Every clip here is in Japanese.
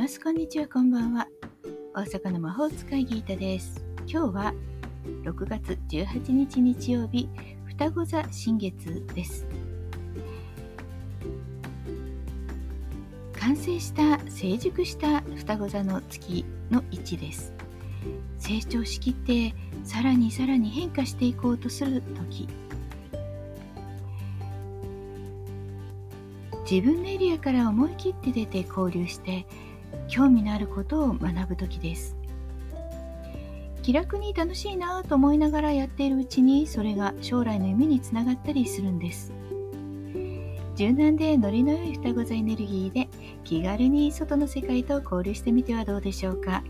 。こんにちは、こんばんは。大阪の魔法使いギータです。今日は6月18日日曜日、双子座新月です。完成した成熟した双子座の月の位置です。成長しきってさらに変化していこうとする時、自分のエリアから思い切って出て交流して興味のあることを学ぶ時です。気楽に楽しいなと思いながらやっているうちに、それが将来の夢につながったりするんです。柔軟でノリの良い双子座エネルギーで気軽に外の世界と交流してみてはどうでしょうか。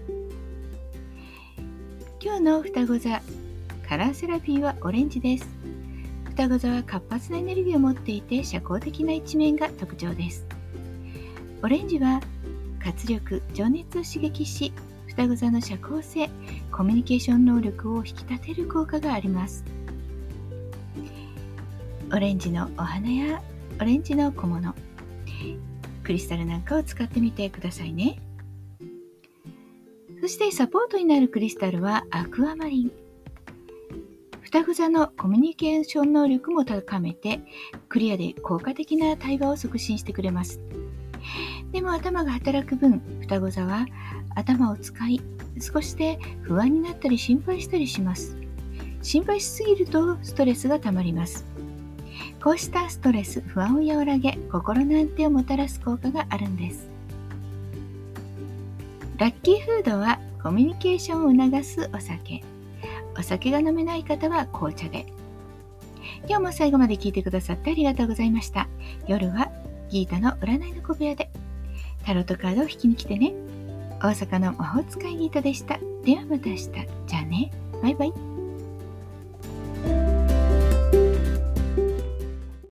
今日の双子座カラーセラピーはオレンジです。双子座は活発なエネルギーを持っていて社交的な一面が特徴です。オレンジは活力、情熱を刺激し、双子座の社交性、コミュニケーション能力を引き立てる効果があります。オレンジのお花やオレンジの小物、クリスタルなんかを使ってみてくださいね。そしてサポートになるクリスタルはアクアマリン。双子座のコミュニケーション能力も高めて、クリアで効果的な対話を促進してくれます。でも頭が働く分、双子座は頭を使い、少しで不安になったり心配したりします。心配しすぎるとストレスがたまります。こうしたストレス、不安を和らげ、心の安定をもたらす効果があるんです。ラッキーフードはコミュニケーションを促すお酒。お酒が飲めない方は紅茶で。今日も最後まで聞いてくださってありがとうございました。夜はギータの占いの小部屋でタロットカードを引きに来てね。大阪の魔法使いギータでした。ではまた明日。じゃあね。バイバイ。